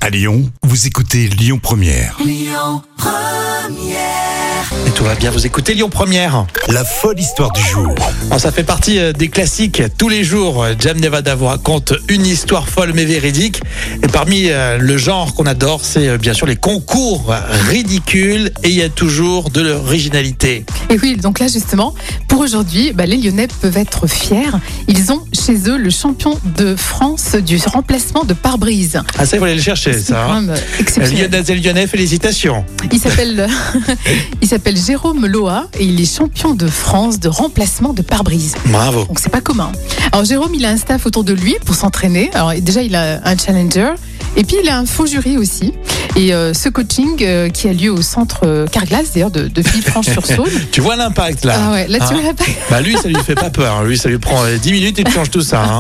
À Lyon, vous écoutez Lyon Première. Et tout va bien, vous écoutez Lyon Première. La folle histoire du jour. Alors, ça fait partie des classiques. Tous les jours, Jam Nevada vous raconte une histoire folle mais véridique. Et parmi le genre qu'on adore, c'est bien sûr les concours ridicules. Et il y a toujours de l'originalité. Et oui, donc là justement, pour aujourd'hui, les Lyonnais peuvent être fiers. Ils ont chez eux le champion de France du remplacement de pare-brise. Ah ça, il faut aller le chercher, C'est ça. quand même exceptionnel. Lyonnaises et Lyonnais, félicitations. Il s'appelle Jérôme Loa et il est champion de France de remplacement de pare-brise. Bravo. Donc c'est pas commun. Alors Jérôme, il a un staff autour de lui pour s'entraîner. Alors déjà, il a un challenger et puis il a un faux jury aussi. Et ce coaching qui a lieu au centre Carglass, d'ailleurs, de Villefranche-sur-Saône. Tu vois l'impact là. Ah ouais, là tu vois l'impact. Lui, ça lui fait pas peur. Lui, ça lui prend 10 minutes et tu changes tout ça. Hein.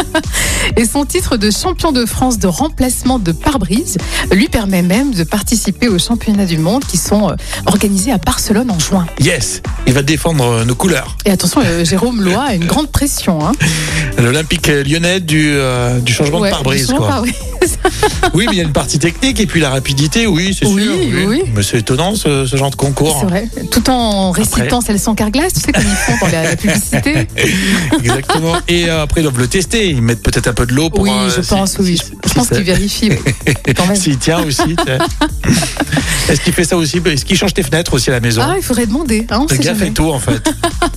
Et son titre de champion de France de remplacement de pare-brise lui permet même de participer aux championnats du monde qui sont organisés à Barcelone en juin. Yes, il va défendre nos couleurs. Et attention, Jérôme Loa a une grande pression. Hein. L'Olympique lyonnais du changement de pare-brise. Quoi. Oui, mais il y a une partie technique et puis la rapidité, oui, c'est sûr. Oui. Mais c'est étonnant ce genre de concours. C'est vrai. Tout en récitant celle sans Carglass, tu sais, comme ils font dans la publicité. Exactement. Et après, ils doivent le tester. Ils mettent peut-être un peu de l'eau pour. Oui, je pense qu'ils vérifient. Oui. S'il tient aussi. Est-ce qu'il fait ça aussi? Est-ce qu'il change tes fenêtres aussi à la maison? Ah, il faudrait demander. Hein, le gars fait tout en fait.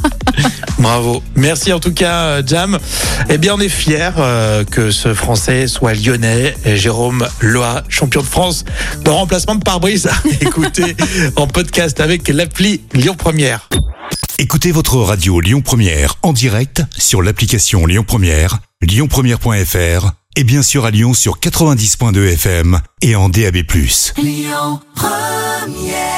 Bravo. Merci en tout cas, Jam. Eh bien, on est fiers que ce Français soit lyonnais. Jérôme Loa, champion de France de remplacement de pare-brise. Écoutez en podcast avec l'appli Lyon Première. Écoutez votre radio Lyon Première en direct sur l'application Lyon Première, lyonpremière.fr et bien sûr à Lyon sur 90.2 FM et en DAB+. Lyon Première.